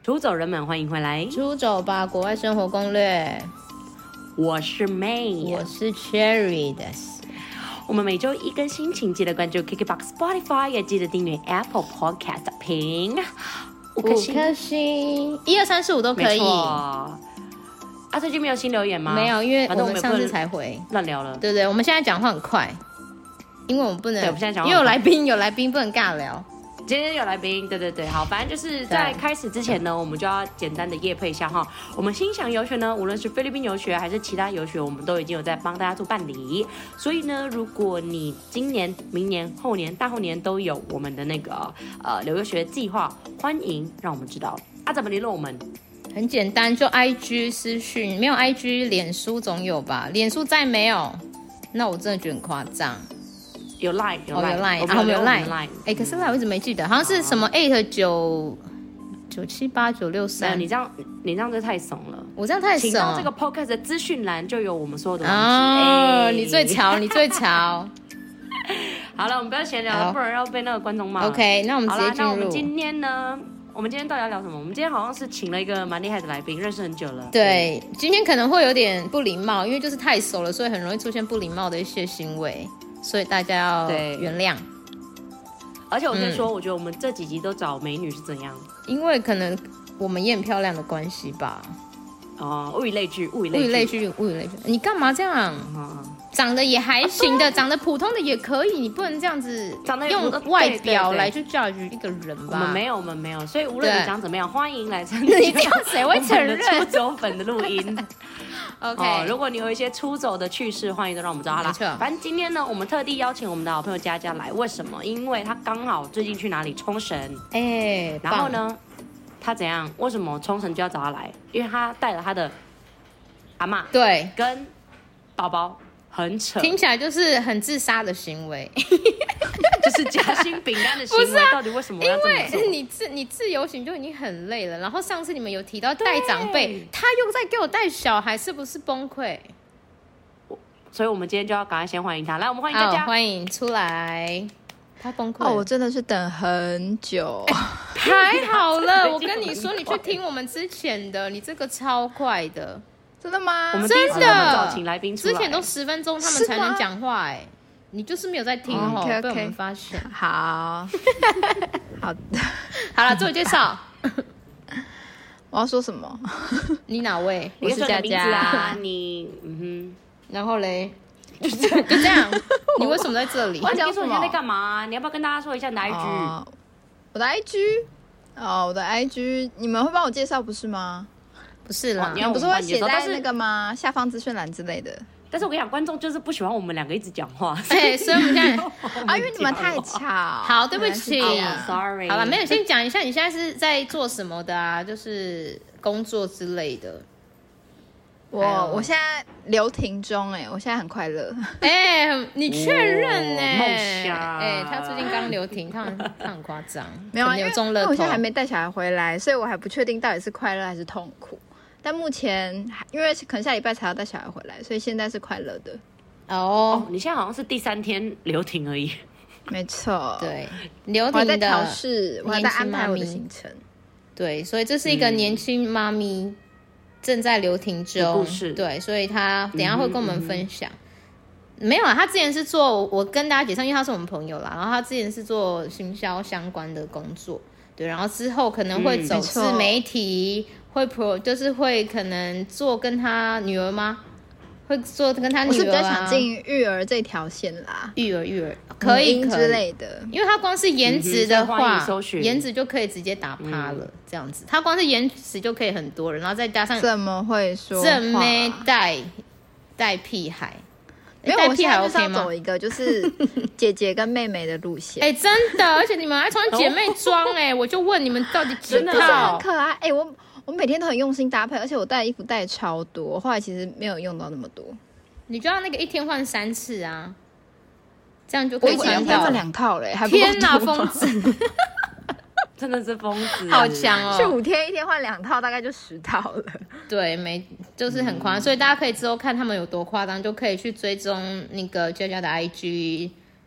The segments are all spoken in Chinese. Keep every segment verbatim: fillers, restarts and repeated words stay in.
出走人们，欢迎回来！ 出走吧，国外生活攻略。 我是 May， 我是 Cherry 的。 我们每周一更新，请记得关注 K K B O X Spotify， 也记得订阅 Apple Podcast， 评五颗星， 五颗星，一二三四五都可以。 啊，最近没有新留言吗？ 没有，因为我们上次才回， 乱聊了。 对对，我们现在讲话很快，因为我们不能， 对，我们现在讲话因为有来宾，有来宾不能尬聊。 今天有来宾，对对对，好，反正就是在开始之前呢，我们就要简单的业配一下哈。我们心想游学呢，无论是菲律宾游学还是其他游学，我们都已经有在帮大家做办理。所以呢，如果你今年、明年、后年、大后年都有我们的那个呃留游学计划，欢迎让我们知道。啊，怎么联络我们？ 很简单，就 I G 私讯，没有 I G， 脸书总有吧？脸书再没有，那我真的觉得很夸张。 有 line 有 line， line， 然后没有 line， 哎、欸，可是 line 我一直没记得，好像是什么 eight 九九七八九六三。 你这样你这样就太怂了， 我这样太怂。 请到这个 podcast 的资讯栏就有我们所有的网址。 哦， 欸、 你最潮，你最潮。 好了，我们不要闲聊了，不然要被那个观众骂。 OK， 那我们直接进入。 好啦，那我们今天呢？我们今天到底要聊什么？我们今天好像是请了一个蛮厉害的来宾，认识很久了。 对，今天可能会有点不礼貌，因为就是太熟了，所以很容易出现不礼貌的一些行为。所以大家要原谅。 而且我先说、嗯，我觉得我们这几集都找美女是怎样？ 因为可能我们也很漂亮的关系吧。 哦，物以类聚，物以类聚，物以类聚，物以类聚。你干嘛这样？嗯、长得也还行的，长得普通的也可以，你不能这样子用外表来去 judge 一个人吧？ 我们没有，我们没有。所以无论你长怎么样，欢迎来参加。 你这样谁会承认？ 出走粉的录音。 OK，、 哦、如果你有一些出走的趣事，欢迎都让我们知道。好啦，反正今天呢，我们特地邀请我们的好朋友佳佳来，为什么？因为他刚好最近去哪里冲绳， 哎、欸， 然后呢，他怎样？为什么冲绳就要找他来？因为他带了他的阿嬷， 对， 跟宝宝，很扯， 听起来就是很自杀的行为。 就是夹心饼干的行为，啊、到底为什么要这么做？ 因为你自你自由行就已经很累了，然后上次你们有提到带长辈，他又在给我带小孩，是不是崩溃？ 所以我们今天就要赶快先欢迎他，来，我们欢迎佳佳， 欢迎出来。他崩溃了， 哦，我真的是等很久， 还好了。我跟你说，你去听我们之前的，你这个超快的， 真的吗？ 我们真的， 请来宾出来， 之前都十分钟他们才能讲话，哎。你就是没有在听哦， okay, okay. 被我们发现。 好，好的， 好了，自我介绍。 我要说什么？ 你哪位？ 我是佳佳啊。你嗯哼， 然后嘞，就这样，就这样。你为什么在这里？ 我讲说你在干嘛？你要不要跟大家说一下你的 I G？、 哦、我的 I G 哦，我的 I G 你们会帮我介绍不是吗？ 不是啦， 你们不是会写在那个吗？下方资讯栏之类的。 但是我跟你讲，观众就是不喜欢我们两个一直讲话， 哎，所以我们现在啊，因为你们太吵。 好，对不起、 oh, ，sorry。 好了，没有，先讲一下你现在是在做什么的啊？就是工作之类的。 我我现在留停中哎、欸，我现在很快乐。 哎、欸，你确认哎、 欸？梦想。 哎，他最近刚留停，他很他很夸张。 没有啊，因为因为我现在还没带小孩回来，所以我还不确定到底是快乐还是痛苦。但目前因为可能下礼拜才要带小孩回来，所以现在是快乐的。 哦、 oh, ，你现在好像是第三天留停而已。 没错， 对，留停的。 我在调试，我在安排我的行程。 对，所以这是一个年轻妈咪正在留停中， 故事。 对，所以她等一下会跟我们分享。嗯、没有啊，她之前是做，我跟大家介绍，因为她是我们朋友啦，然后她之前是做行销相关的工作，对，然后之后可能会走自媒体。嗯会 pro 就是会可能做跟他女儿吗？会做跟他女儿、啊、我是比较想进育儿这条线啦， 育儿育儿可以可以之类的， 因为他光是颜值的话，颜、 嗯、 值就可以直接打趴了、嗯，这样子，他光是颜值就可以很多人，然后再加上怎么会说正妹带带屁孩。 没有，我现在就是要走一个就是姐姐跟妹妹的路线。 哎、欸，真的，而且你们还穿姐妹装哎、欸，我就问你们到底几套？ 很可爱哎、欸，我我每天都很用心搭配，而且我带的衣服带超多，后来其实没有用到那么多。 你就要那个一天换三次啊，这样就可以穿到。 我一天换两套嘞、欸，还不天哪，疯子！ 真的是疯子， 好强哦！ 去五天一天换两套，大概就十套了。 对，没就是很夸张、嗯，所以大家可以之后看他们有多夸张，就可以去追踪那个佳佳的 I G，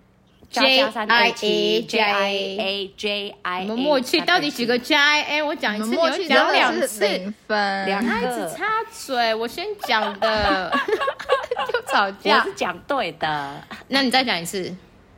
J 三 I 二七 J I A J I A， 你们默契到底几个 J I A？ 我讲一次，你要讲两次， 零分， 两他一直插嘴，我先讲的就吵架。 我是讲对的， 那你再讲一次。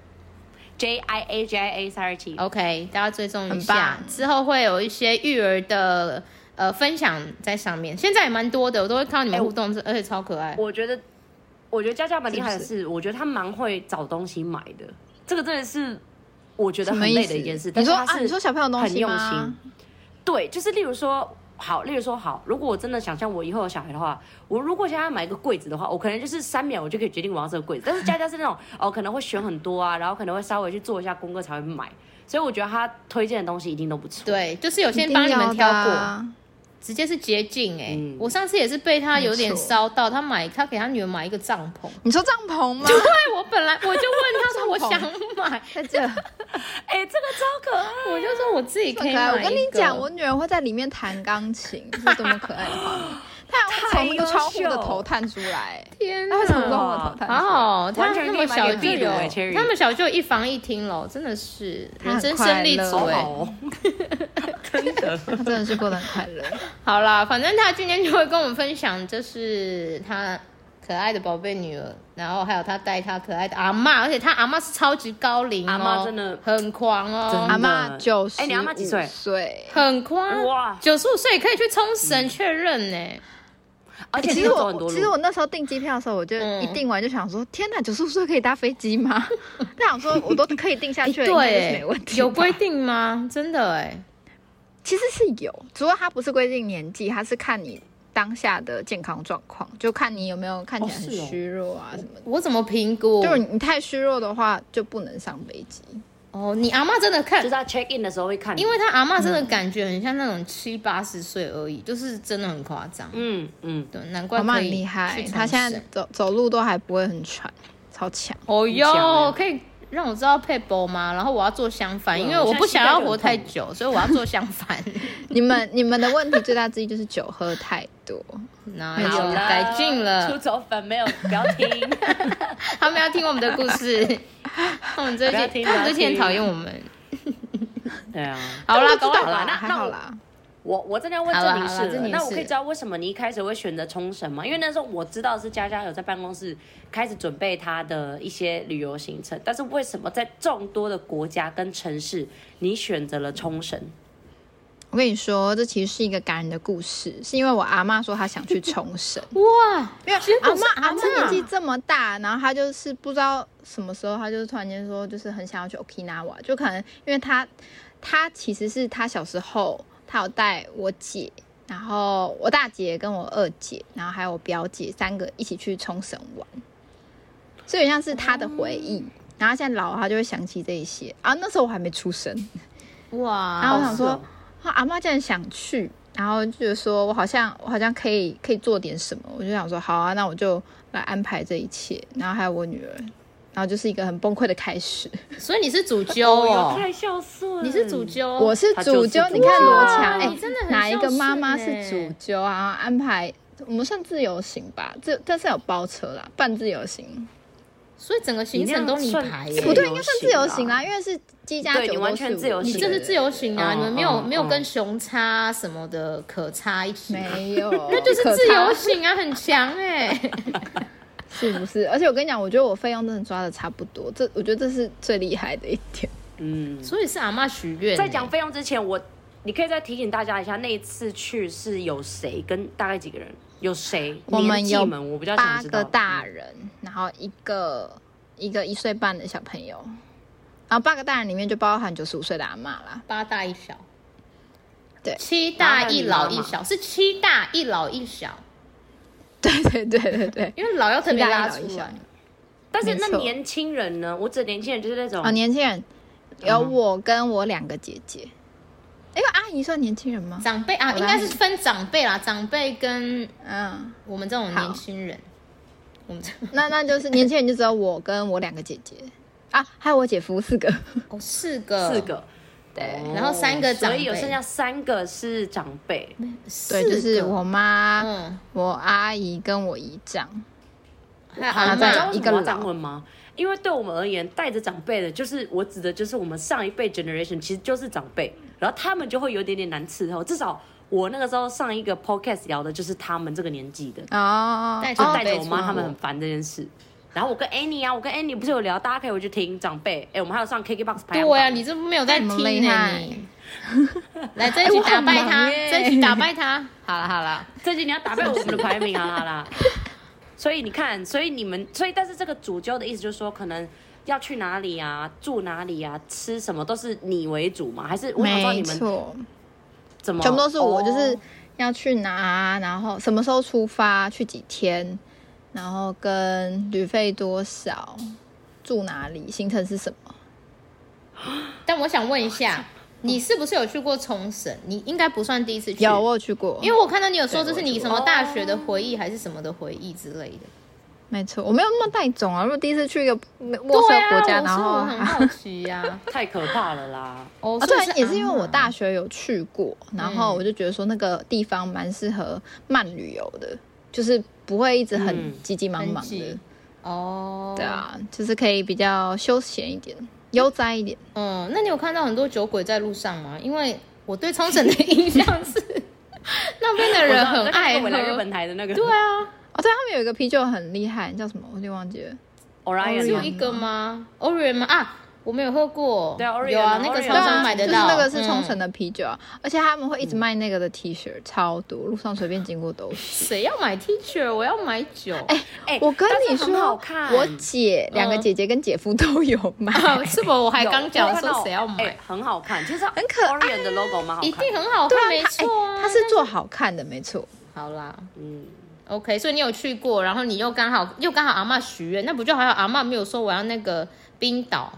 J I A J I A 三二七 OK， 大家追踪一下，之后会有一些育儿的呃分享在上面，现在也蛮多的，我都会看到你们互动，欸、而且超可爱。 我觉得，我觉得佳佳蛮厉害的是，是是我觉得她蛮会找东西买的，这个真的是我觉得很累的一件事。 你说但是啊，你说小朋友东西吗？ 很用心，对，就是例如说。好，例如说好，如果我真的想象我以后有小孩的话，我如果想要买一个柜子的话，我可能就是三秒我就可以决定我要这个柜子。但是佳佳是那种哦，可能会选很多啊，然后可能会稍微去做一下功课才会买，所以我觉得他推荐的东西一定都不错。 对，就是有些帮你们挑过，啊、直接是捷径哎。嗯、我上次也是被他有点烧到，他买他给他女儿买一个帐篷。 你说帐篷吗？ 对，我本来我就问他说我想买， 在这， 哎、欸，这个超可爱。 我就说我自己可以买一个。 我跟你讲，我女儿会在里面弹钢琴，是多么可爱的画面。她还会从那个窗户的头探出来， 天哪！ 她会从窗户的头探出来。 哦，他那么小就有，他们小就有一房一厅了，真的是人生胜利组哎， 真的， 他真的是过得很快乐。 好啦，反正他今天就会跟我们分享，就是他可爱的宝贝女儿，然后还有他带他可爱的阿嬷，而且他阿嬷是超级高龄哦， 阿嬷真的很狂哦， 阿嬷九十， 哎，你阿嬷几岁？ 岁， 很狂哇，九十五岁也可以去冲绳确认呢。 而且其实我其实我那时候订机票的时候，我就一订完就想说，天哪，九十五岁可以搭飞机吗？就想说我都可以订下去了，应该就是没问题。 有规定吗？真的哎， 其实是有，只不过它不是规定年纪，它是看你当下的健康状况，就看你有没有看起来很虚弱啊什么的。 我怎么评估？ 就是你太虚弱的话，就不能上飞机。 哦，你阿嬷真的看， 就是他 check in 的时候会看， 因为他阿嬷真的感觉很像那种七八十岁而已，就是真的很夸张。 嗯嗯， 对，难怪阿嬷很厉害，他现在走走路都还不会很喘，超强。 哦哟，可以让我知道配波吗？然后我要做相反，因为我不想要活太久，所以我要做相反。 你们你们的问题最大之一就是酒喝太多。 那有改进了， 出走粉没有，不要听， 他们要听我们的故事，他们最近他们最近很讨厌我们。 对啊， 好啦， 懂了， 那还好啦。 我我真的要问郑女士了， 那我可以知道为什么你一开始会选择冲绳吗？因为那时候我知道是佳佳有在办公室开始准备她的一些旅游行程，但是为什么在众多的国家跟城市，你选择了冲绳？ 我跟你说，这其实是一个感人的故事，是因为我阿嬷说她想去冲绳。 哇！ 因为阿嬷阿嬷年纪这么大，然后她就是不知道什么时候，她就是突然间说，就是很想要去 Okinawa， 就可能因为她她其实是她小时候，她有带我姐，然后我大姐跟我二姐，然后还有我表姐三个一起去冲绳玩，所以像是她的回忆。嗯、然后现在老了，她就会想起这一些啊。那时候我还没出生， 哇！ 然后我想说。阿嬷竟然想去，然后就是说我好像我好像可以可以做点什么，我就想说好啊，那我就来安排这一切，然后还有我女儿，然后就是一个很崩溃的开始。 所以你是主揪哦， 太孝顺， 你是主揪， 我是主揪，你看多强哎！ 真的很哪一个妈妈是主揪啊？安排我们算自由行吧，这但是有包车啦，半自由行。 所以整个行程都你排耶？ 不对，应该算自由行啦，因为是机加酒都是你完全自由行， 你这是自由行啊！你们没有没有跟熊差什么的可差一起？ 没有， 那就是自由行啊，很强哎， 是不是？而且我跟你讲，我觉得我费用真的抓的差不多，这我觉得这是最厉害的一点。 嗯，所以是阿嬷许愿。 在讲费用之前，我你可以再提醒大家一下，那一次去是有谁跟大概几个人？有谁？ 我们有我比较想知道八个大人，然后一个一个一岁半的小朋友，然后八个大人里面就包含九十五岁的阿嬷啦， 八大一小， 对， 七大一老一小，是七大一老一小， 对对对对对， 因为老要特别拉出来。 但是那年轻人呢？我指年轻人就是那种哦，年轻人有我跟我两个姐姐。哎，阿姨算年轻人吗？ 长辈啊，应该是分长辈啦，长辈跟嗯我们这种年轻人，我们那那就是年轻人就只有我跟我两个姐姐啊，还有我姐夫四个， 哦，四个， 四个， 对， 然后三个长辈， 所以有剩下三个是长辈， 对，就是我妈、嗯、我阿姨跟我姨丈。 好， 你知道为一个什么要这样老问吗？因为对我们而言，带着长辈的，就是我指的就是我们上一辈 generation， 其实就是长辈，然后他们就会有点点难伺候。至少我那个时候上一个 podcast 聊的就是他们这个年纪的， 哦， 带就长辈带着我妈出他们很烦这件事。然后我跟 Annie 啊，我跟 Annie 不是有聊，大家可以回去听长辈。哎，我们还有上 K K B O X 排行榜。 对啊，你这没有在听呢、欸，你。来，这一局打败他， 欸、 这一局打败他。好了好了， 这局你要打败我们的排名，好啦好啦。所以你看，所以你们，所以但是这个主揪的意思就是说，可能要去哪里啊，住哪里啊，吃什么都是你为主吗？还是我想知道你们怎么全部都是我， 哦、 就是要去哪，然后什么时候出发，去几天，然后跟旅费多少，住哪里，行程是什么？ 但我想问一下，你是不是有去过冲绳？你应该不算第一次去。 有，我有去过。 因为我看到你有说这是你什么大学的回忆，还是什么的回忆之类的。 没错，我没有那么带种啊。如果第一次去一个陌生国家， 啊、 然后我很好奇呀、啊， 太可怕了啦！ 哦， 啊，对，也是因为我大学有去过，然后我就觉得说那个地方蛮适合慢旅游的，就是不会一直很急急忙忙的。 嗯、哦， 对啊，就是可以比较休闲一点。悠哉一点。 嗯，那你有看到很多酒鬼在路上吗？因为我对冲绳的印象是那边的人很爱喝。 日本台的那个。 对啊， 哦，对，他们有一个啤酒很厉害，叫什么？我有点忘记了。 Orion 只有一个吗 ？Orion 吗？啊，我没有喝过。 对啊 ，Orion 有啊，那个超商买得到。 就是那个是冲绳的啤酒啊，嗯、而且他们会一直卖那个的 T 恤，超多，路上随便经过都是。 谁要买 T 恤？我要买酒。 哎哎、欸，我跟你说，我姐两、嗯、个姐姐跟姐夫都有买， 啊、是不？我还刚讲说谁要买、 欸，很好看，其实很可爱 Orion 的 logo 蛮好看， 一定很好看，没错啊， 它是做好看的，没错。 好啦， 嗯。 OK， 所以你有去过，然后你又刚好又刚好阿嬷许愿，那不就还有阿嬷没有说我要那个冰岛？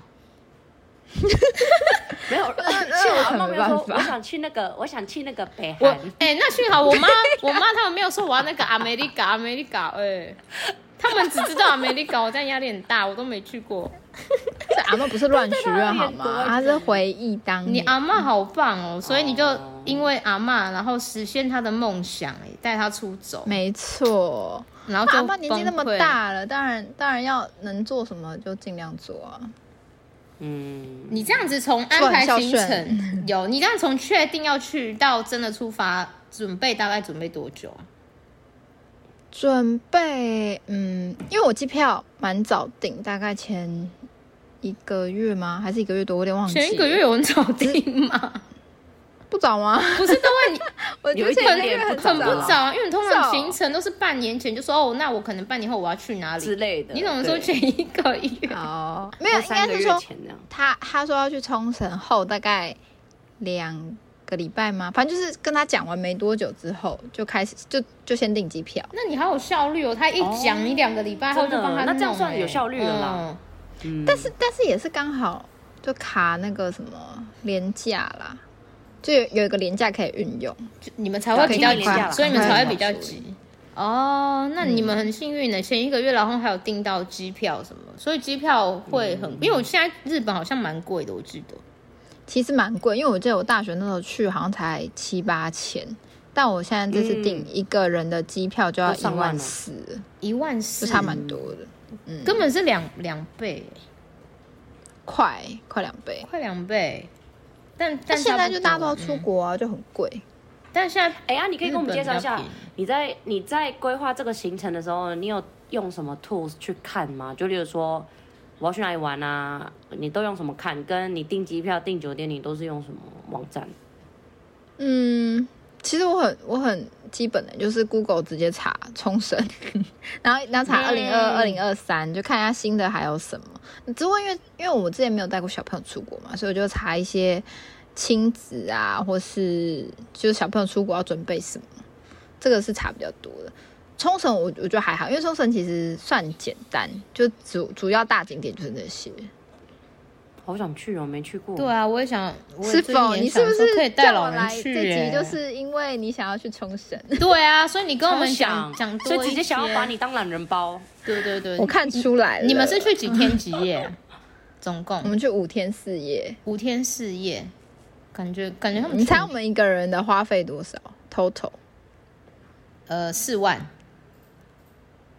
没有，幸好阿嬷没有说我想去那个，我想去那个北韩。 哎、欸，那幸好我妈我妈他们没有说我要那个 America America， 哎，他们只知道 America， 我这样压力很大，我都没去过。 这阿嬷不是乱许愿好吗？她是回忆当年。 你阿嬷好棒哦，所以你就因为阿嬷，然后实现她的梦想，哎，带她出走。 没错， 然后就阿嬷年纪那么大了，当然当然要能做什么就尽量做啊。 嗯， 你这样子从安排行程有，你这样从确定要去到真的出发，准备大概准备多久啊？ 准备，嗯，因为我机票蛮早订，大概前一个月吗？还是一个月多？我有点忘记了。 前一个月有很早订吗？ 不早吗？ 不是都会你， 我有一点点很不早， 很不早啊，因为通常行程都是半年前就说哦，那我可能半年后我要去哪里之类的。 你怎么说前一个月？ 哦，没有，应该是说他他说要去冲绳后大概两个礼拜吗？反正就是跟他讲完没多久之后就开始就就先订机票。 那你好有效率哦，他一讲、哦、你两个礼拜后就帮他弄、欸， 那这样算有效率了啦。 嗯，但是但是也是刚好就卡那个什么连假啦。就有有一个连假可以运用， 你们才会比较急，所以你们才会比较急。哦，那你们很幸运的，前一个月然后还有订到机票什么，所以机票会很，嗯、因为我现在日本好像蛮贵的，我记得。 其实蛮贵，因为我记得我大学那时候去好像才七八千，但我现在这次订一个人的机票就要一万四， 一万四， 就差蛮多的， 嗯，根本是两两倍， 快快两倍， 快两倍。但但现在就大家都要出国啊，嗯、就很贵。 但现在， 哎呀，你可以跟我们介绍一下，你在你在规划这个行程的时候，你有用什么 tools 去看吗？就例如说，我要去哪里玩啊，你都用什么看？跟你订机票、订酒店，你都是用什么网站？ 嗯，其实我很我很基本的，就是 Google 直接查冲绳，然后然后查二零二二零二三，就看一下新的还有什么。只不过因为因为我之前没有带过小朋友出国嘛，所以我就查一些亲子啊，或是就是小朋友出国要准备什么，这个是查比较多的。冲绳我我觉得还好，因为冲绳其实算简单，就主主要大景点就是那些。 好想去哦，没去过。 对啊，我也想。 是否你是不是可以带老人去？ 这集就是因为你想要去冲绳。 对啊，所以你跟我们讲讲多一些， 所以直接想要把你当懒人包。 对对对， 我看出来了。 你们是去几天几夜？总共我们去五天四夜。 五天四夜，感觉感觉他们。 你猜我们一个人的花费多少 ？Total？ 呃，四万。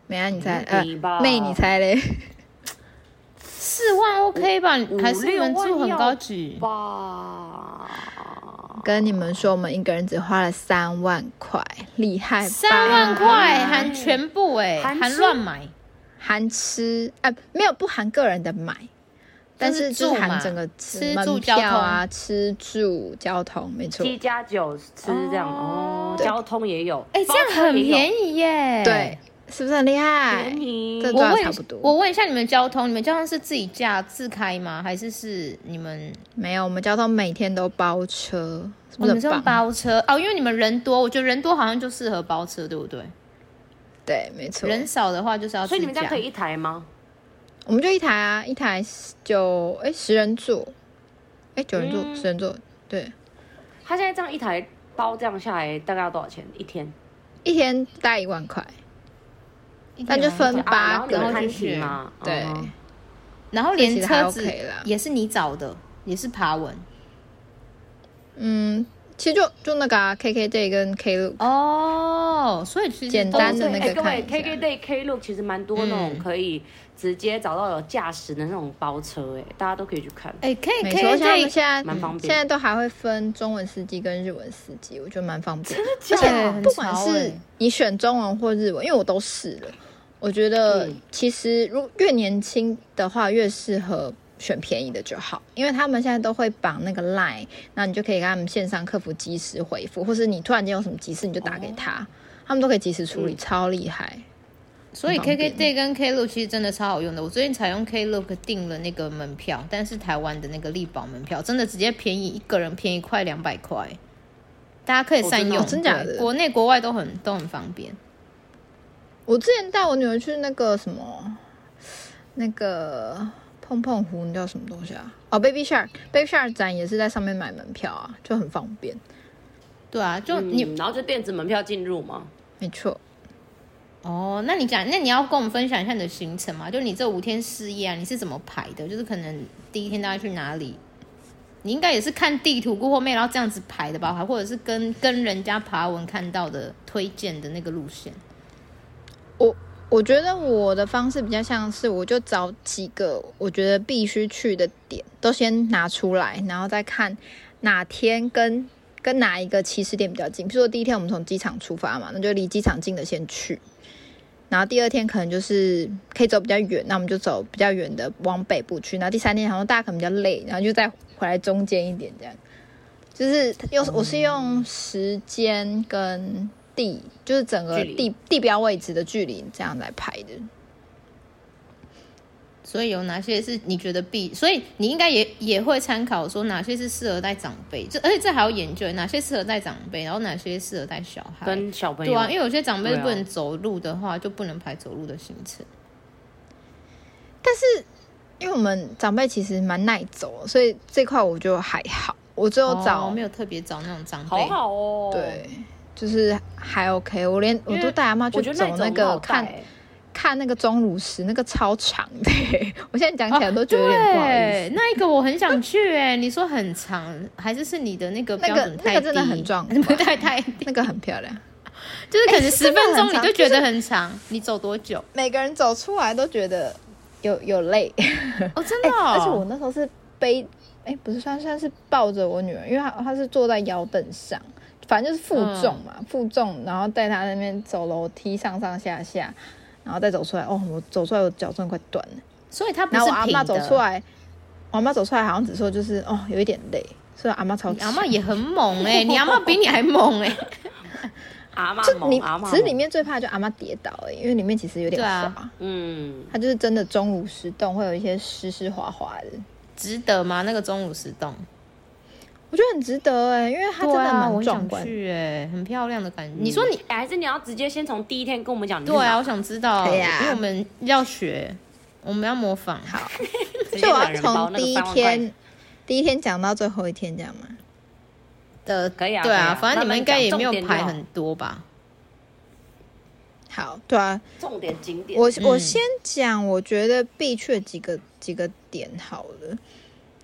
美安你猜， 呃， 妹你猜嘞？ 四万 OK 吧？还是你们住很高级吧？ 跟你们说，我们一个人只花了三万块，厉害吧？ 三万块含全部哎、欸，含乱买， 含吃，哎、呃，没有不含个人的买，但是就是含整个吃门票啊、吃住、交通，没错。 七加九吃这样哦，交通也有， 哎、欸，这样很便宜耶。 对。是不是很厉害？ 便宜， 这都差不多。 我问一下你们交通，你们交通是自己驾自开吗？还是是你们没有？我们交通每天都包车，是不是很棒？ 我们是用包车哦，因为你们人多，我觉得人多好像就适合包车，对不对？ 对，没错。 人少的话就是要自驾。 所以你们这样可以一台吗？ 我们就一台啊，一台就哎十人座，哎九人座、嗯、十人座，对。 他现在这样一台包这样下来大概要多少钱？一天？ 一天大概一万块。但就分八个， 然后去嘛， 对， 然后连车子也是你找的，也是爬文。 嗯，其实就就那个啊 ，K K Day 跟 Klook 哦，所以其实简单的那个各位 K K Day Klook 其实蛮多那种可以直接找到有驾驶的那种包车，哎，大家都可以去看。 哎，可以， 没错，像他们现在蛮方便， 现在都还会分中文司机跟日文司机，我觉得蛮方便。 真的假的？ 而且不管是你选中文或日文，因为我都试了。我觉得其实如越年轻的话越适合选便宜的就好，因为他们现在都会绑那个 line， 那你就可以跟他们线上客服及时回复，或是你突然间有什么急事你就打给他，哦、他们都可以及时处理，嗯、超厉害。 所以 K K Day 跟 Klook 其实真的超好用的。我最近才用 Klook 订了那个门票，但是台湾的那个力宝门票真的直接便宜一个人便宜快两百块，大家可以善用， 哦、真假的， 国内国外都很都很方便。 我之前带我女儿去那个什么，那个碰碰湖，那叫什么东西啊？哦 ，Baby Shark，Baby Shark 展也是在上面买门票啊，就很方便。 对啊，就你、 嗯、然后就电子门票进入嘛。 没错。 哦，那你讲，那你要跟我们分享一下你的行程嘛？就你这五天四夜啊，你是怎么排的？就是可能第一天大概去哪里？你应该也是看地图 Google Map 然后这样子排的吧？或者是跟跟人家爬文看到的推荐的那个路线？ 我我觉得我的方式比较像是，我就找几个我觉得必须去的点，都先拿出来，然后再看哪天跟跟哪一个起始点比较近。比如说第一天我们从机场出发嘛，那就离机场近的先去。然后第二天可能就是可以走比较远，那我们就走比较远的往北部去。然后第三天好像大家可能比较累，然后就再回来中间一点，这样。就是用我是用时间跟地，就是整个地地标位置的距离这样来排的。 所以有哪些是你觉得必？所以你应该也也会参考说哪些是适合带长辈，这而且这还要研究哪些适合带长辈，然后哪些适合带小孩跟小朋友。 对啊，因为有些长辈不能走路的话，啊、就不能排走路的行程。 但是因为我们长辈其实蛮耐走，所以这块我就还好。我只有找、 哦、没有特别找那种长辈， 好好哦。 对，就是还 OK。我连我都带阿妈去走那个看。看那个钟乳石，那个超长的，我现在讲起来都觉得有点不好意思。 对，那一个我很想去哎，你说很长，还是是你的那个标准太低？ 那个真的很壮， 太太低， 那个很漂亮， 就是可能十分钟你就觉得很长。你走多久？ 每个人走出来都觉得有有累哦，真的哦。 而且我那时候是背，哎，不是算算是抱着我女儿，因为她她是坐在腰凳上，反正就是负重嘛，嗯、负重，然后带她那边走楼梯上上下下。然后再走出来，哦，我走出来，我脚真的快断了。 所以他不是平的。 然后我阿嬷走出来，我阿嬷走出来好像只说就是哦，有一点累。所以阿嬷超， 阿嬷也很猛哎、欸，你阿嬷比你还猛哎、欸。 阿嬷猛， 你阿嬷只是里面最怕就阿嬷跌倒哎、欸，因为里面其实有点滑。 啊、 嗯，它就是真的钟乳石洞，会有一些湿湿滑滑的。 值得吗？那个钟乳石洞？ 我觉得很值得哎、欸，因为它真的蛮壮观， 去哎、欸，很漂亮的感觉。嗯、 你说你还是你要直接先从第一天跟我们讲？ 对啊，我想知道，因为我们要学，我们要模仿。 好，所以我要从第一天第一天讲到最后一天，这样吗？ 的可以啊， 对啊，反正你们应该也没有排很多吧？ 好，对啊， 重点景点， 我我先讲，我觉得必去的几个几个点好了。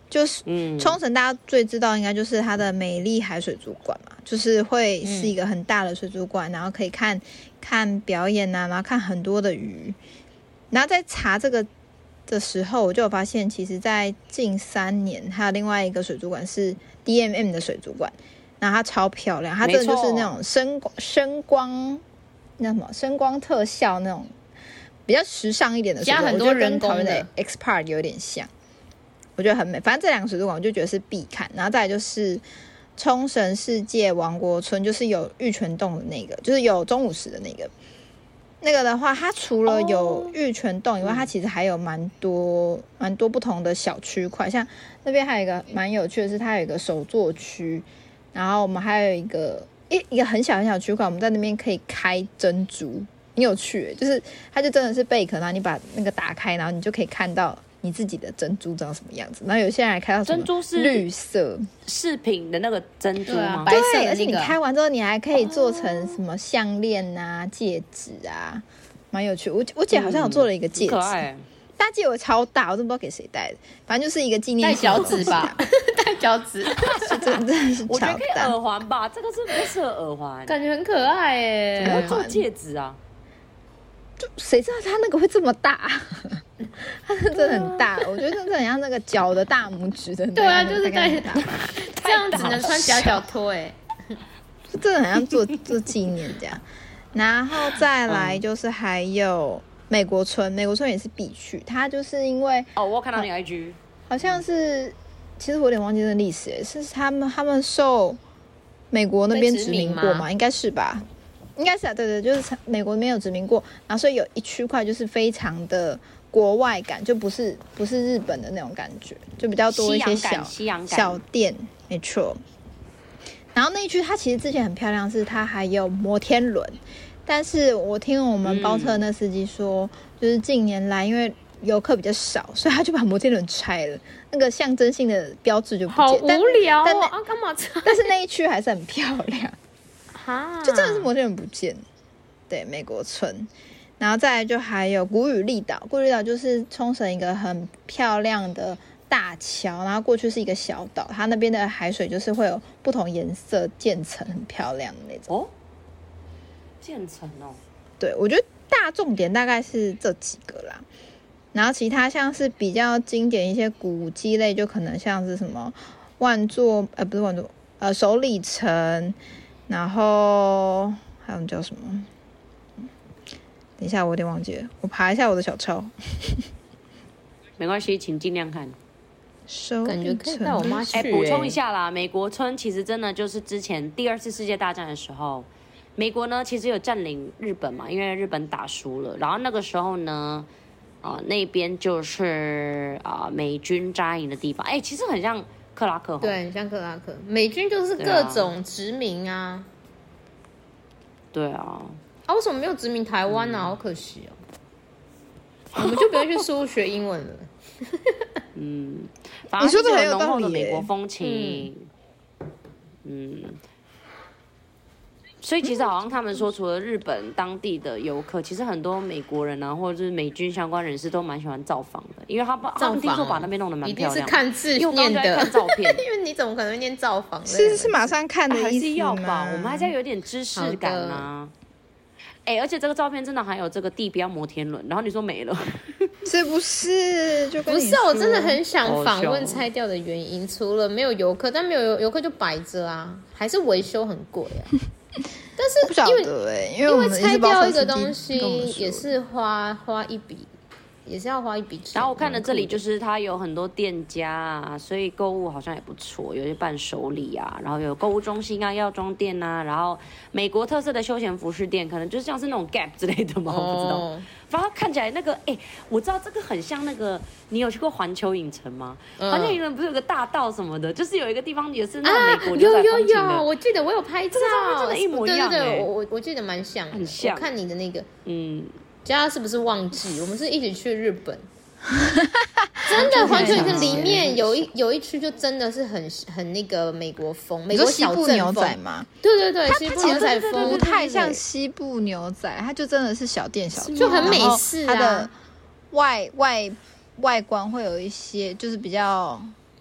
就是冲绳大家最知道应该就是它的美丽海水族馆嘛，就是会是一个很大的水族馆，嗯、然后可以看看表演啊，然后看很多的鱼。然后在查这个的时候，我就有发现，其实在近三年还有另外一个水族馆是 D M M 的水族馆，然后它超漂亮，它真的就是那种声声光那什么声光特效那种比较时尚一点的水族馆， 加很多人工的， 我觉得跟台湾的 X Park 有点像。我觉得很美，反正这两个水族馆我就觉得是必看，然后再来就是冲绳世界王国村，就是有玉泉洞的那个，就是有钟乳石的那个。那个的话，它除了有玉泉洞以外， oh. 它其实还有蛮多蛮多不同的小区块，像那边还有一个蛮有趣的是，它有一个手作区，然后我们还有一个一一个很小很小的区块，我们在那边可以开珍珠，很有趣，就是它就真的是贝壳，然后你把那个打开，然后你就可以看到你自己的珍珠长什么样子，然后有些人还开到什么珍珠是绿色饰品的那个珍珠吗？ 啊、白色的、那個、 而且你开完之后，你还可以做成什么项链啊、戒指啊，蛮有趣。我我姐好像有做了一个戒指，嗯、可爱。大戒我超大，我都不知道给谁戴的，反正就是一个纪念。 戴脚趾吧，戴脚趾， 真的是超大。 我觉得可以耳环吧，这个是不适合耳环， 感觉很可爱耶。 怎么做戒指啊？ 就谁知道它那个会这么大？它真的很大，我觉得真的很像那个脚的大拇指的。 对啊，就是戴这样只能穿夹脚拖哎， 真的很像做做纪念这样。然后再来就是还有美国村，美国村也是必去。它就是因为哦，我看到你 I G 好像是，其实我有点忘记那历史哎，是他们他们受美国那边殖民过吗？应该是吧。应该是啊，对对，就是美国没有殖民过，然后所以有一区块就是非常的国外感，就不是不是日本的那种感觉，就比较多一些小小店，没错。然后那一区它其实之前很漂亮，是它还有摩天轮，但是我听我们包车的那司机说，嗯、就是近年来因为游客比较少，所以他就把摩天轮拆了，那个象征性的标志就不见。 好无聊哦， 但那啊干嘛拆？ 但是那一区还是很漂亮。就真的是摩天轮不见，对，美国村，然后再来就还有古宇利岛，古宇利岛就是冲绳一个很漂亮的大桥，然后过去是一个小岛，它那边的海水就是会有不同颜色渐层，很漂亮的那种。 哦，渐层哦， 对，我觉得大重点大概是这几个啦，然后其他像是比较经典一些古迹类，就可能像是什么万座，呃，不是万座，呃，首里城。然后还有叫什么？等一下，我有点忘记了，我爬一下我的小抄。 没关系，请尽量看。 感觉可以带我妈去、欸。 哎，补充一下啦，美国村其实真的就是之前第二次世界大战的时候，美国呢其实有占领日本嘛，因为日本打输了，然后那个时候呢，啊、呃、那边就是啊、呃、美军扎营的地方，哎，其实很像。克拉克对，很像克拉克，美军就是各种殖民啊。 对啊， 啊，为什么没有殖民台湾呢、啊？嗯、好可惜哦。我们就不用去苏学英文了。 嗯，反正就是有浓厚的美国风情。嗯。嗯所以其实好像他们说，除了日本当地的游客，其实很多美国人啊，或者是美军相关人士都蛮喜欢造访的，因为他把他们听说把那边弄得蛮漂亮的。 一定是看字念的， 看照片， 因为你怎么可能念造访？ 是是马上看的意思吗？ 还是要吧？我们还是要有点知识感啊。哎，而且这个照片真的还有这个地标摩天轮，然后你说没了， 是不是？就跟不是，我真的很想访问拆掉的原因，除了没有游客，但没有游客就摆着啊，还是维修很贵啊。但是不晓得哎、欸，因为因为拆掉一个东西也是花花一笔，也是要花一笔钱。 然后我看了这里，就是它有很多店家啊，所以购物好像也不错，有些伴手礼啊，然后有购物中心啊、药妆店啊，然后美国特色的休闲服饰店，可能就像是那种 Gap 之类的嘛，哦、我不知道。反正看起来那个，哎、欸，我知道这个很像那个，你有去过环球影城吗？环、嗯、球影城不是有个大道什么的，就是有一个地方也是那种美国牛仔风情的、 啊、有有有，我记得我有拍照， 真的，一模一样、欸。 对对对，我我记得蛮像， 很像。 我看你的那个， 嗯， 家是不是忘记？我们是一起去日本。真的，环球影城里面有一有一区就真的是很很那个美国风，美国小镇牛仔吗？ 对对对，西部牛仔风不太像西部牛仔，它就真的是小店小店， 就很美式啊。 它的外外外观会有一些就是比较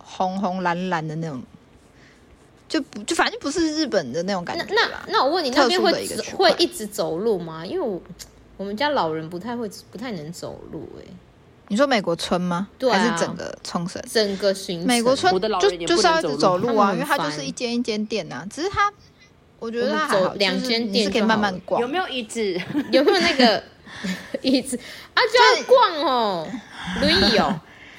红红蓝蓝的那种，就不就反正不是日本的那种感觉那啦。 那那我问你，那边会会一直走路吗？因为我我们家老人不太会，不太能走路哎、欸。 你说美国村吗？ 对、啊， 还是整个冲绳？ 整个行程， 美国村就就是要一直走路啊，因为它它就是一间一间店啊。只是它，我觉得它还好， 两间店是可以慢慢逛。 有没有椅子？ 有没有那个椅子啊？就要逛哦，轮椅哦。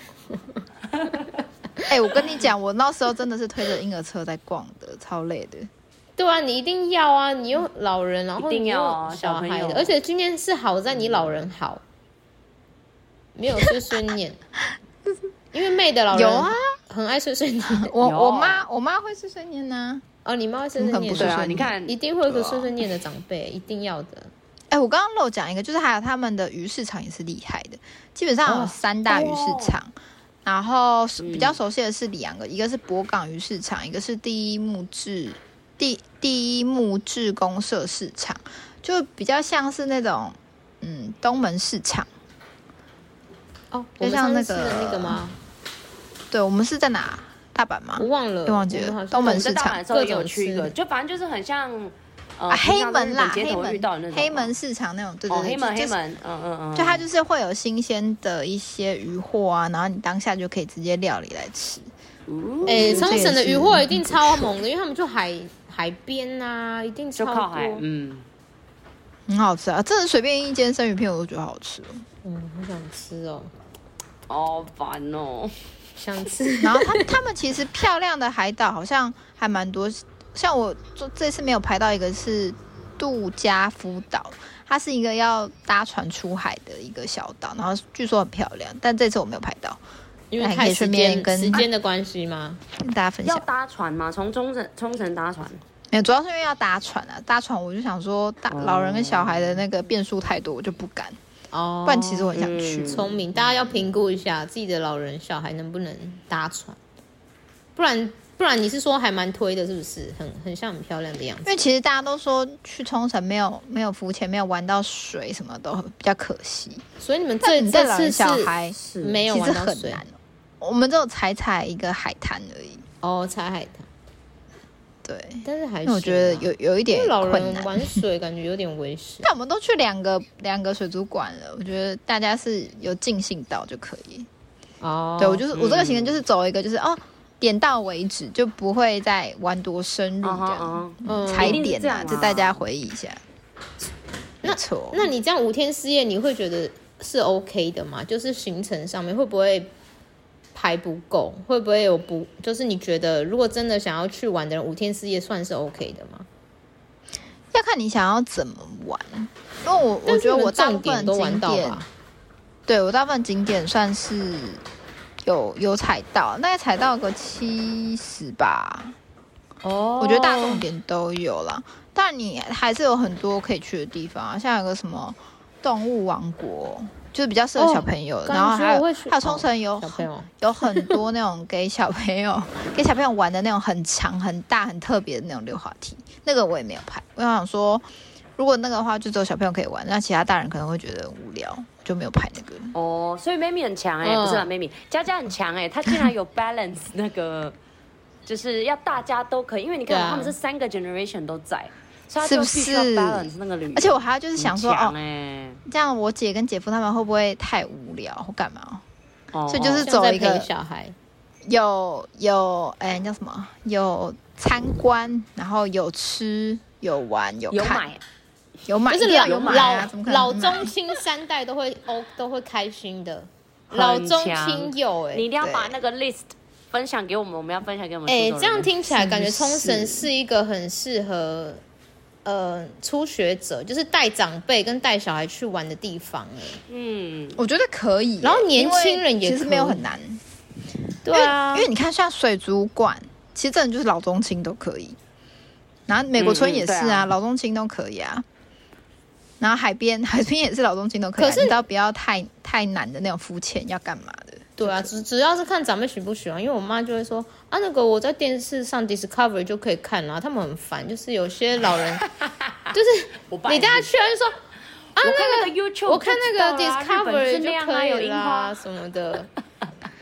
哎、欸，我跟你讲，我那时候真的是推着婴儿车在逛的，超累的。 对啊，你一定要啊！你有老人，然后你有小孩的，而且今天是好在你老人好。没有碎碎念，因为妹的老人有啊， 很爱碎碎念。 我我妈我妈会碎碎念呢、 啊。哦，你妈会碎碎念， 对啊，你看一定会有个碎碎念的长辈，一定要的。 哎、欸，我刚刚漏讲一个，就是还有他们的鱼市场也是厉害的，基本上有三大鱼市场，哦、然后比较熟悉的是两个，嗯、一个是博港鱼市场，一个是第一木质第第一木质公社市场，就比较像是那种嗯东门市场。 哦， 就像那个那个吗？ 对，我们是在哪？大阪吗？ 我忘了， 忘记了。东门市场各有去一个，就反正就是很像呃、啊、 黑门啦，黑门黑门市场那种，对对对， 哦、黑门黑门，嗯嗯嗯， 就它就是会有新鲜的一些鱼货啊，然后你当下就可以直接料理来吃。 哎、嗯，冲绳的鱼货一定超猛的，因为他们就海海边啊，一定超多， 就靠海，嗯， 很好吃啊！真的随便一间生鱼片我都觉得好吃哦。 嗯，好想吃哦， 好烦哦， 想吃。 然后他他们其实漂亮的海岛好像还蛮多，像我这次没有排到一个是杜加夫岛，它是一个要搭船出海的一个小岛，然后据说很漂亮，但这次我没有排到， 因为太时间跟时间的关系吗？ 跟大家分享。 要搭船吗？从冲绳冲绳搭船？ 没有，主要是因为要搭船啊，搭船我就想说，大老人跟小孩的那个变数太多，我就不敢。哦，不然其实我很想去。 聪、嗯、明，大家要评估一下自己的老人小孩能不能搭船，不然不然你是说还蛮推的，是不是？很很像很漂亮的样子。 因为其实大家都说去冲绳没有没有浮潜，没有玩到水，什么都比较可惜。 所以你们这这次小孩是没有玩到水， 很难。我们只有踩踩一个海滩而已。 哦，踩海滩。 对， 但是还是、啊、 我觉得有有一点困难， 老人玩水感觉有点危险。 但我们都去两个两个水族馆了，我觉得大家是有尽兴到就可以。哦，对我就是、嗯、我这个行程就是走一个就是哦点到为止，就不会再玩多深入这样，嗯，踩点啊，就大家回忆一下。 那错，那你这样五天四夜，你会觉得是 OK 的吗？就是行程上面会不会排不够，会不会有不？就是你觉得，如果真的想要去玩的人，五天四夜算是 OK 的吗？ 要看你想要怎么玩，因为我我觉得我大部分都玩到吧。 对我大部分景点算是有有踩到，大概踩到个七十吧。哦，我觉得大重点都有啦，但你还是有很多可以去的地方啊，像有个什么动物王国。就是比较适合小朋友的，哦、然后还有还有冲绳有、哦、有很多那种给小朋友给小朋友玩的那种很长很大很特别的那种溜滑梯，那个我也没有拍。我想说，如果那个的话就只有小朋友可以玩，那其他大人可能会觉得无聊，就没有拍那个。 哦，所以 Mamie 很强哎、欸，嗯、不是啦 Mamie， 佳佳很强哎、欸，她竟然有 balance 那个，就是要大家都可以，因为你看、啊、他们是三个 generation 都在。 是不是？ 那个而且我还要就是想说、 欸、 哦，这样我姐跟姐夫他们会不会太无聊或干嘛？哦，所以就是走一个小孩， 有有哎、欸、叫什么？有参观，然后有吃有玩有看，有买，有买， 就是老有买啊！怎么可能老中青三代都会哦都会开心的，老中青有哎、欸， 你一定要把那个 list 分享给我们，我们要分享给我们。 哎、欸，这样听起来感觉冲绳是一个很适合。呃，初学者就是带长辈跟带小孩去玩的地方哎， 嗯，我觉得可以。 然后年轻人也其实没有很难， 对啊， 因为，因为你看像水族馆，其实真的就是老中青都可以。然后美国村也是啊，嗯啊老中青都可以啊。然后海边，海边也是老中青都可以、啊，可是你只要不要太太难的那种肤浅，要干嘛的？ 对啊，只只要是看长辈喜不喜欢，因为我妈就会说啊，那个我在电视上 Discovery 就可以看啦、啊，他们很烦，就是有些老人，就是你带他去就说啊， 那个 YouTube， 我看那个 Discovery 就可以啦什么的，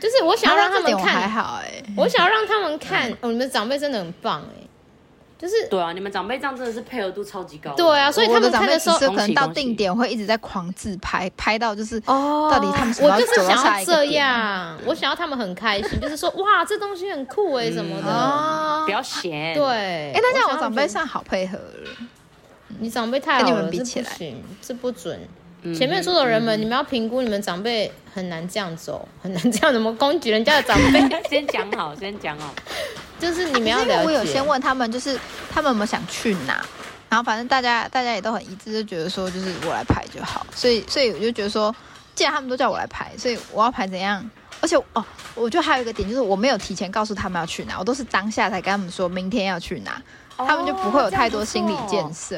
就是我想要让他们看， 还好哎、欸， 我想要让他们看、嗯哦，你们长辈真的很棒哎、欸，就是对啊，你们长辈这样真的是配合度超级高。 对啊，所以他们看的时候， 可能到定点会一直在狂自拍，拍到就是哦，到底他们什么我就是想要这样， 我想要他们很开心，就是说哇，这东西很酷哎、欸、什么的， 哦、不要嫌。 对， 哎、欸，那这样我长辈算好配合了， 你长辈太好了，跟你们比起来，这不行，这不准。前面说的人们、嗯，你们要评估你们长辈很难这样走，很难这样怎么攻击人家的长辈？ 先讲好，先讲好， 就是你们要了解。 我有先问他们，就是他们有没有想去哪，然后反正大家大家也都很一致，就觉得说就是我来排就好，所以所以我就觉得说，既然他们都叫我来排，所以我要排怎样？而且哦，我觉得还有一个点就是我没有提前告诉他们要去哪，我都是当下才跟他们说明天要去哪，哦、他们就不会有太多心理建设。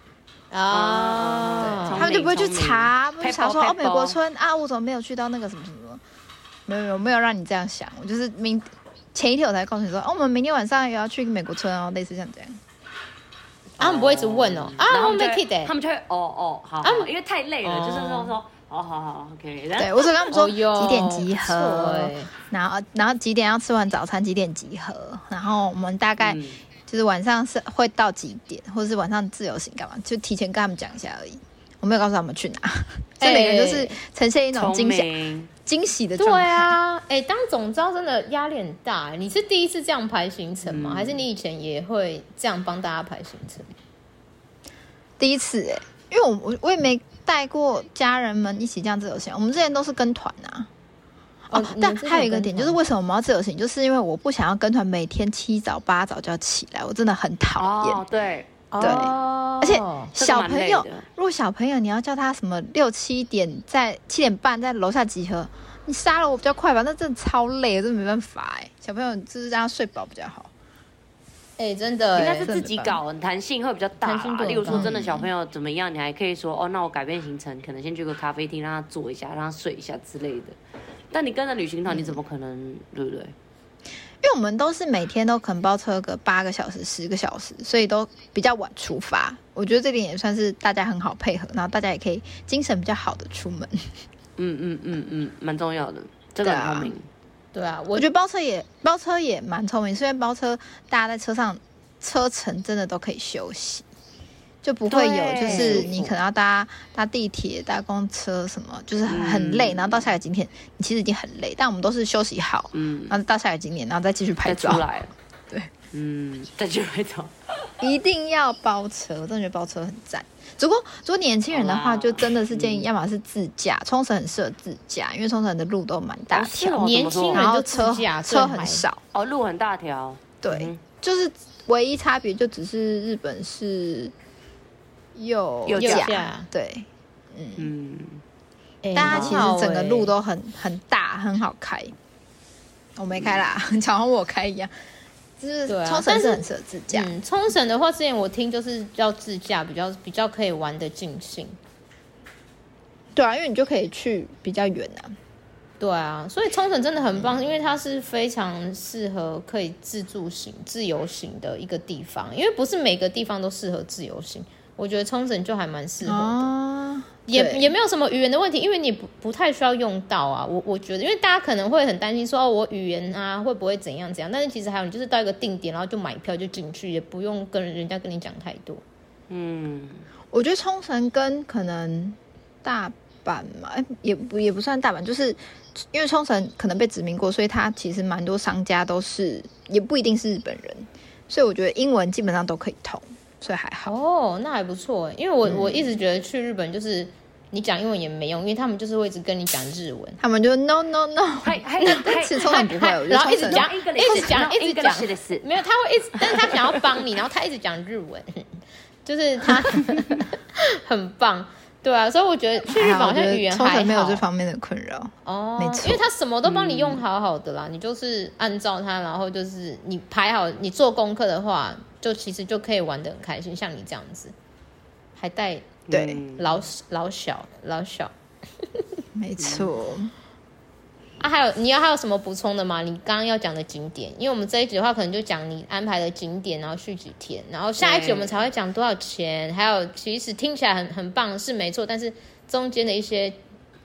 啊、 哦，他们就不会去查，不会查说哦，美国村啊，我怎么没有去到那个什么什么？没有没有没有让你这样想，我就是明前一天我才告诉你说，哦，我们明天晚上也要去美国村哦，类似像这样。 啊，他们不会一直问哦，啊，我没记得， 他们就会哦哦好，啊，因为太累了，就是说说哦好好 OK。 对，我只跟他们说、 哦、 几点集合，然后然后几点要吃完早餐，几点集合，然后我们大概。嗯就是晚上是会到几点，或者是晚上自由行干嘛，就提前跟他们讲一下而已。我没有告诉他们去哪，所以每个人都是呈现一种惊喜、惊喜的状态。 对啊，哎、欸，当总召真的压力很大。你是第一次这样排行程吗？嗯、还是你以前也会这样帮大家排行程？ 第一次哎、欸，因为我我我也没带过家人们一起这样自由行，我们之前都是跟团啊。哦，但还有一个点就是为什么我们要自由行，就是因为我不想要跟团每天七早八早就要起来，我真的很讨厌。 哦，对对、哦，而且小朋友， 这個、 如果小朋友你要叫他什么六七点在七点半在楼下集合，你杀了我比较快吧？那真的超累，真的没办法哎。小朋友就是让他睡饱比较好。 哎、欸，真的， 应该是自己搞，弹性会比较大。例如说，真的小朋友怎么样，你还可以说哦，那我改变行程，可能先去个咖啡厅让他坐一下，让他睡一下之类的。但你跟着旅行团，你怎么可能、嗯、对不对？ 因为我们都是每天都可能包车个八个小时、十个小时，所以都比较晚出发。我觉得这点也算是大家很好配合，然后大家也可以精神比较好的出门。 嗯嗯嗯嗯，蛮重要的，这个很聪明。 对啊， 我, 我觉得包车也包车也蛮聪明，虽然包车大家在车上车程真的都可以休息。就不会有，就是你可能要搭搭地铁、搭公车什么，就是很累、嗯，然后到下个景点，你其实已经很累，但我们都是休息好，嗯，然后到下个景点，然后再继续拍照。 出来了， 对， 嗯，再继续拍照， 一定要包车，我真的觉得包车很赞。如果如果年轻人的话，就真的是建议，要么是自驾，冲绳很适合自驾，因为冲绳的路都蛮大条， 哦、 年轻人就自驾， 车很少， 哦，路很大条， 对、嗯，就是唯一差别就只是日本是。右右驾， 对，嗯嗯， 欸、 但它其实整个路都很很大，很好开。我没开啦，嗯、好像我开一样。就是冲绳是很适合自驾。 嗯，冲绳的话，之前我听就是要自驾比较比较可以玩得尽兴。 对啊，因为你就可以去比较远啊。 对啊，所以冲绳真的很棒，因为它是非常适合可以自助行、自由行的一个地方。因为不是每个地方都适合自由行。我觉得冲绳就还蛮适合的，哦、也也没有什么语言的问题，因为你不不太需要用到啊。我我觉得，因为大家可能会很担心说，哦，我语言啊会不会怎样怎样？但是其实还有，你就是到一个定点，然后就买票就进去，也不用跟人家跟你讲太多。 嗯，我觉得冲绳跟可能大阪嘛，也不也不算大阪，就是因为冲绳可能被殖民过，所以它其实蛮多商家都是也不一定是日本人，所以我觉得英文基本上都可以通。所以还好哦，那还不错。因为我、嗯、我一直觉得去日本就是你讲英文也没用，因为他们就是会一直跟你讲日文， 他们就 no no no， 还还还是冲绳不会， 然后一直讲一直讲一直讲，没有他会一直，但是他想要帮你，然后他一直讲日文，就是他很棒。对啊，所以我觉得去日本好像语言还好， 冲绳没有这方面的困扰哦，没错，因为他什么都帮你用好好的啦、嗯，你就是按照他，然后就是你排好，你做功课的话，就其实就可以玩得很开心，像你这样子，还带对老老小老小， 没错。 啊，还有你要还有什么补充的吗？你刚刚要讲的景点，因为我们这一集的话，可能就讲你安排的景点，然后去几天，然后下一集我们才会讲多少钱，还有其实听起来很很棒是没错，但是中间的一些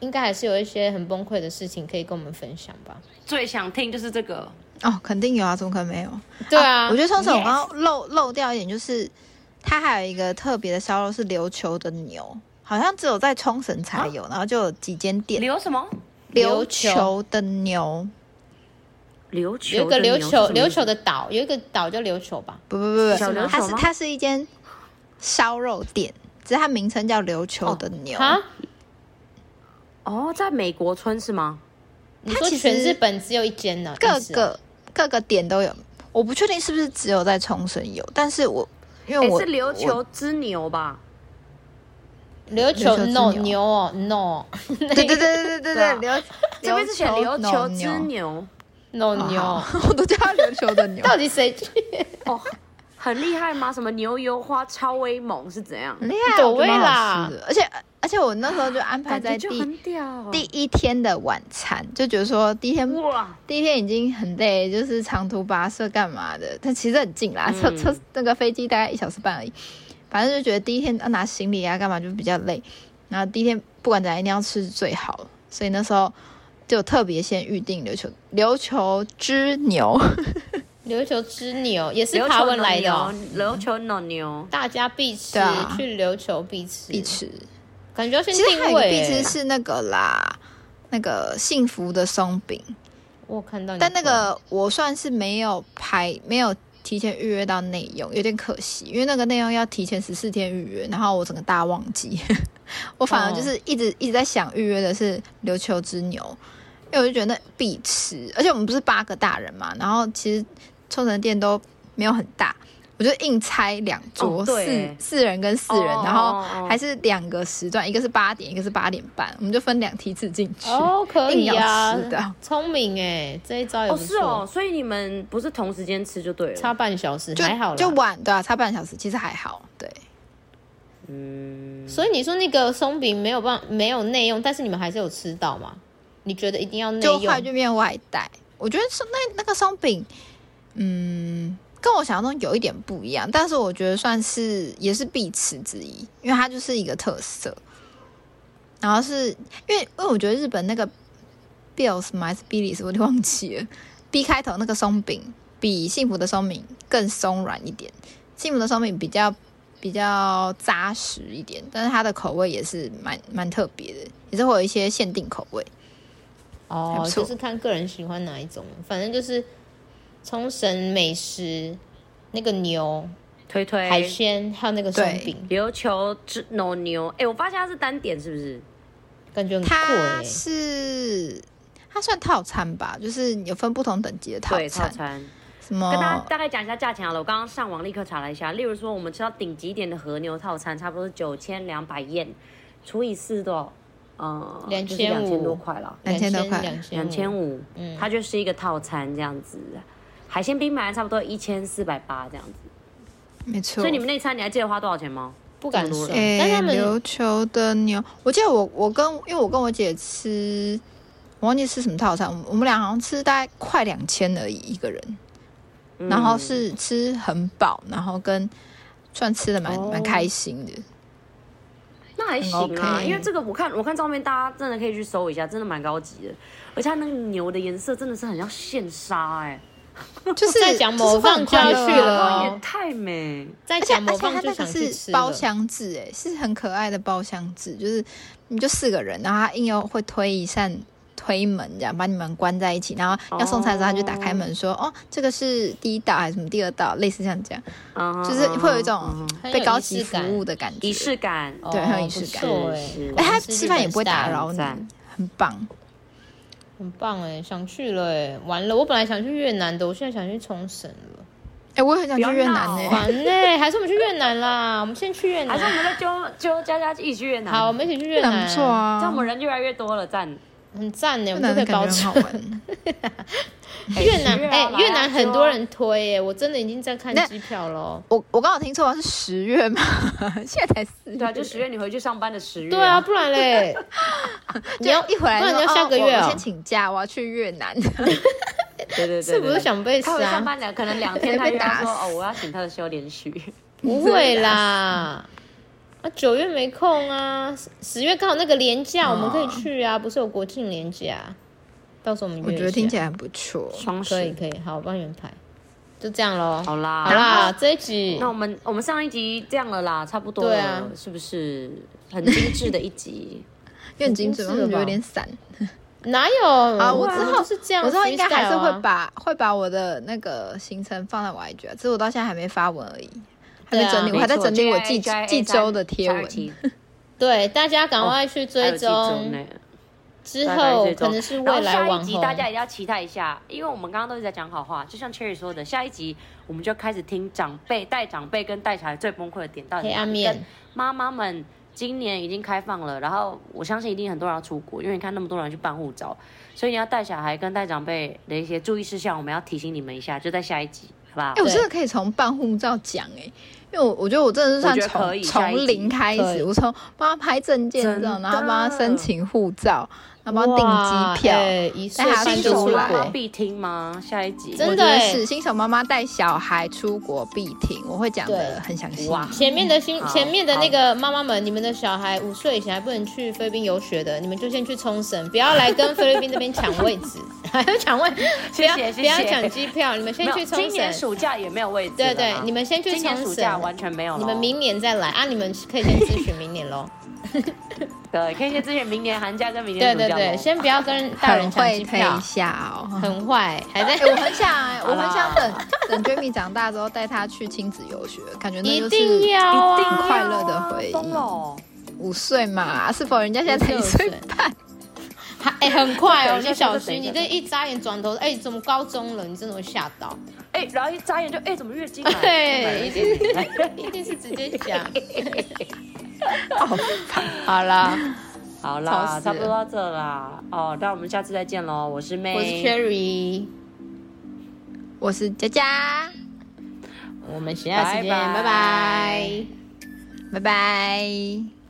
应该还是有一些很崩溃的事情可以跟我们分享吧。 最想听就是这个哦，肯定有啊，怎么可能没有？ 对啊， 啊我觉得冲绳 Yes 我刚刚漏漏掉一点，就是它还有一个特别的烧肉是琉球的牛，好像只有在冲绳才有，啊、然后就有几间店。 琉什么？ 琉球的牛。 琉球有一个琉球琉球的岛，有一个岛叫琉球吧？ 不不不不， 小琉球它是它是一间烧肉店，只是它名称叫琉球的牛。 啊、 哦，在美国村是吗？ 你说全日本只有一间呢？ 各个各个点都有，我不确定是不是只有在冲绳有，但是我因为我、 欸、是琉球之牛吧？ 琉球 no 牛哦 no， 对对对对对对对，琉这边是写琉球之牛 no 牛， 我都叫它琉球的牛。 到底谁去？ 哦，很厉害吗？什么牛油花超威猛是怎样？ 很厉害， 走位啦！ 而且而且我那时候就安排在第第一天的晚餐，就觉得说第一天哇，第一天已经很累，就是长途跋涉干嘛的，但其实很近啦，车车那个飞机大概一小时半而已。反正就觉得第一天要拿行李啊干嘛就比较累，然后第一天不管怎样一定要吃最好，所以那时候就特别先预定琉球琉球之牛， 琉球之牛也是爬文来的、哦， 琉球牛牛大家必吃，啊、去琉球必吃必吃， 感觉要先定位。其实还有一个必吃是那个啦，那个幸福的松饼， 我看到你， 但那个我算是没有排没有。提前预约到内用有点可惜，因为那个内用要提前十四天预约，然后我整个大忘记，我反而就是一直、哦、一直在想预约的是琉球之牛，因为我就觉得那必吃，而且我们不是八个大人嘛，然后其实冲绳店都没有很大，我就硬拆两桌，哦、四四人跟四人，哦、然后还是两个时段，一个是八点，一个是八点半，我们就分两梯次进去。 哦，可以啊， 是的， 聪明哎，这一招也不错。 哦，是哦，所以你们不是同时间吃就对了， 差半小时还好啦， 就晚对啊，差半小时其实还好，对。 嗯，所以你说那个松饼没有办法没有内用，但是你们还是有吃到吗？你觉得一定要内用？ 就后来就变外带，我觉得那那个松饼，嗯。跟我想象中有一点不一样，但是我觉得算是也是必吃之一，因为它就是一个特色。然后是因为因为我觉得日本那个 Bills 还是 Billis 我有点忘记了 ，B 开头那个松饼比幸福的松饼更松软一点，幸福的松饼比较比较扎实一点，但是它的口味也是蛮蛮特别的，也是会有一些限定口味。 哦，就是看个人喜欢哪一种，反正就是。冲绳美食那个牛推推海鲜，还有那个松饼琉球之牛牛，哎、欸，我发现它是单点是不是？ 感觉很贵、欸。 它是它算套餐吧，就是有分不同等级的套餐。 对，套餐什么？ 跟大家大概讲一下价钱好了。我刚刚上网立刻查了一下，例如说我们吃到顶级点的和牛套餐，差不多是九千两百yen，除以四多。呃， 两千两千多块了， 两千多块， 两千五，嗯，它就是一个套餐这样子。海鲜冰买差不多一千四百八这样子， 没错。 所以你们那餐你还记得花多少钱吗？ 不敢说。 欸、但他们琉球的牛，我记得我我跟因为我跟我姐吃，我忘记吃什么套餐，我们俩好像吃大概快两千而已一个人，嗯、然后是吃很饱，然后跟算吃的蛮蛮、哦、开心的。 那还行啊， okay. 因为这个我看我看照片，大家真的可以去搜一下，真的蛮高级的，而且它那个牛的颜色真的是很像现杀哎、欸。 就是在讲模仿就要去了、 哦，也太美。 在讲模仿就想去吃了。 包厢制哎，是很可爱的包厢制，就是你就四个人，然后他硬要会推一扇推门，这样把你们关在一起，然后要送餐的时候他就打开门说：“哦, 哦，这个是第一道还是什么第二道？”类似像这样，嗯、就是会有一种被高级服务的感觉， 仪式感， 对，很有仪式感。 哎， 他吃饭也不会打扰你，很棒。 很棒哎，想去了哎，完了！我本来想去越南的，我现在想去冲绳了。 哎、欸，我也很想去越南哎， 完嘞！还是我们去越南啦？我们先去越南， 还是我们再揪揪佳佳一起去越南？ 好，我们一起去越南， 不错啊！ 这样我们人越来越多了，赞， 很赞呢，我们就可以包车。 越南哎、欸，越南很多人推哎，我真的已经在看机票了。 我我刚好听错，是十月吗？现在才四月。 对啊，就十月你回去上班的十月、啊。 对啊，不然嘞， 你要一回来， 不然你要下个月、 哦、我先请假，我要去越南。 对对 对, 对， 是不是想被杀？ 他会上班两可能两天，他就说哦，我要请他的休连续。 不会啦。 啊，九月没空啊，十月刚好那个连假，我们可以去啊，不是有国庆连假？到时候我们约一下。 我觉得听起来很不错， 可以可以，好，我帮你们排，就这样咯。 好啦， 好啦，这一集那我们我们上一集这样了啦，差不多了， 对啊， 是不是很精致的一集？ 有点精致，我觉得有点散。 哪有啊？我之后是这样， 我之后应该还是会把会把我的那个行程放在我 I G 啊，只是我到现在还没发文而已，还没整理，我还在整理我记记周的贴文。 对，大家赶快去追踪。之后可能是未来网红， 下一集大家一定要期待一下，因为我们刚刚都是在讲好话，就像 Cherry 说的，下一集我们就开始听长辈带长辈跟带小孩最崩溃的点到底。 黑暗面， 妈妈们今年已经开放了，然后我相信一定很多人要出国，因为你看那么多人去办护照，所以你要带小孩跟带长辈的一些注意事项，我们要提醒你们一下，就在下一集，好不好？ 哎、欸，我真的可以从办护照讲哎、欸。因为我我觉得我真的是算从从零开始，我从帮他拍证件照，然后帮他申请护照，然后帮他订机票，带他新手妈妈来必听吗？下一集真的是新手妈妈带小孩出国必听，我会讲的很详细。 哇，前面的新前面的那个妈妈们，你们的小孩五岁以前还不能去菲律宾游学的，你们就先去冲绳，不要来跟菲律宾那边抢位置，还要抢位， 谢谢谢谢， 不要抢机票，你们先去冲绳。 今年暑假也没有位置， 对对，你们先去冲绳。 完全没有了， 你们明年再来啊！你们可以先咨询明年咯。 对，可以先咨询明年寒假跟明年暑假。 对对对，先不要跟大人抢机票， 一下哦， 很坏，还在。 欸、我很想、欸，我很想等等 Jamie 长大之后带他去亲子游学，感觉那就是一定要啊， 很快乐的回忆。五岁嘛，是否人家现在才一岁半？ 还哎、欸，很快哦，你小心，你这一眨眼转头，哎、欸，怎么高中了？你真的会吓到。 哎、欸，然后一眨眼就哎、欸，怎么月经来？ 对，一定是一定是直接讲。好啦， 好啦，差不多到这啦。哦，那我们下次再见喽。我是 May， 我是 Cherry， 我是佳佳。 我们下次见，拜拜， 拜拜。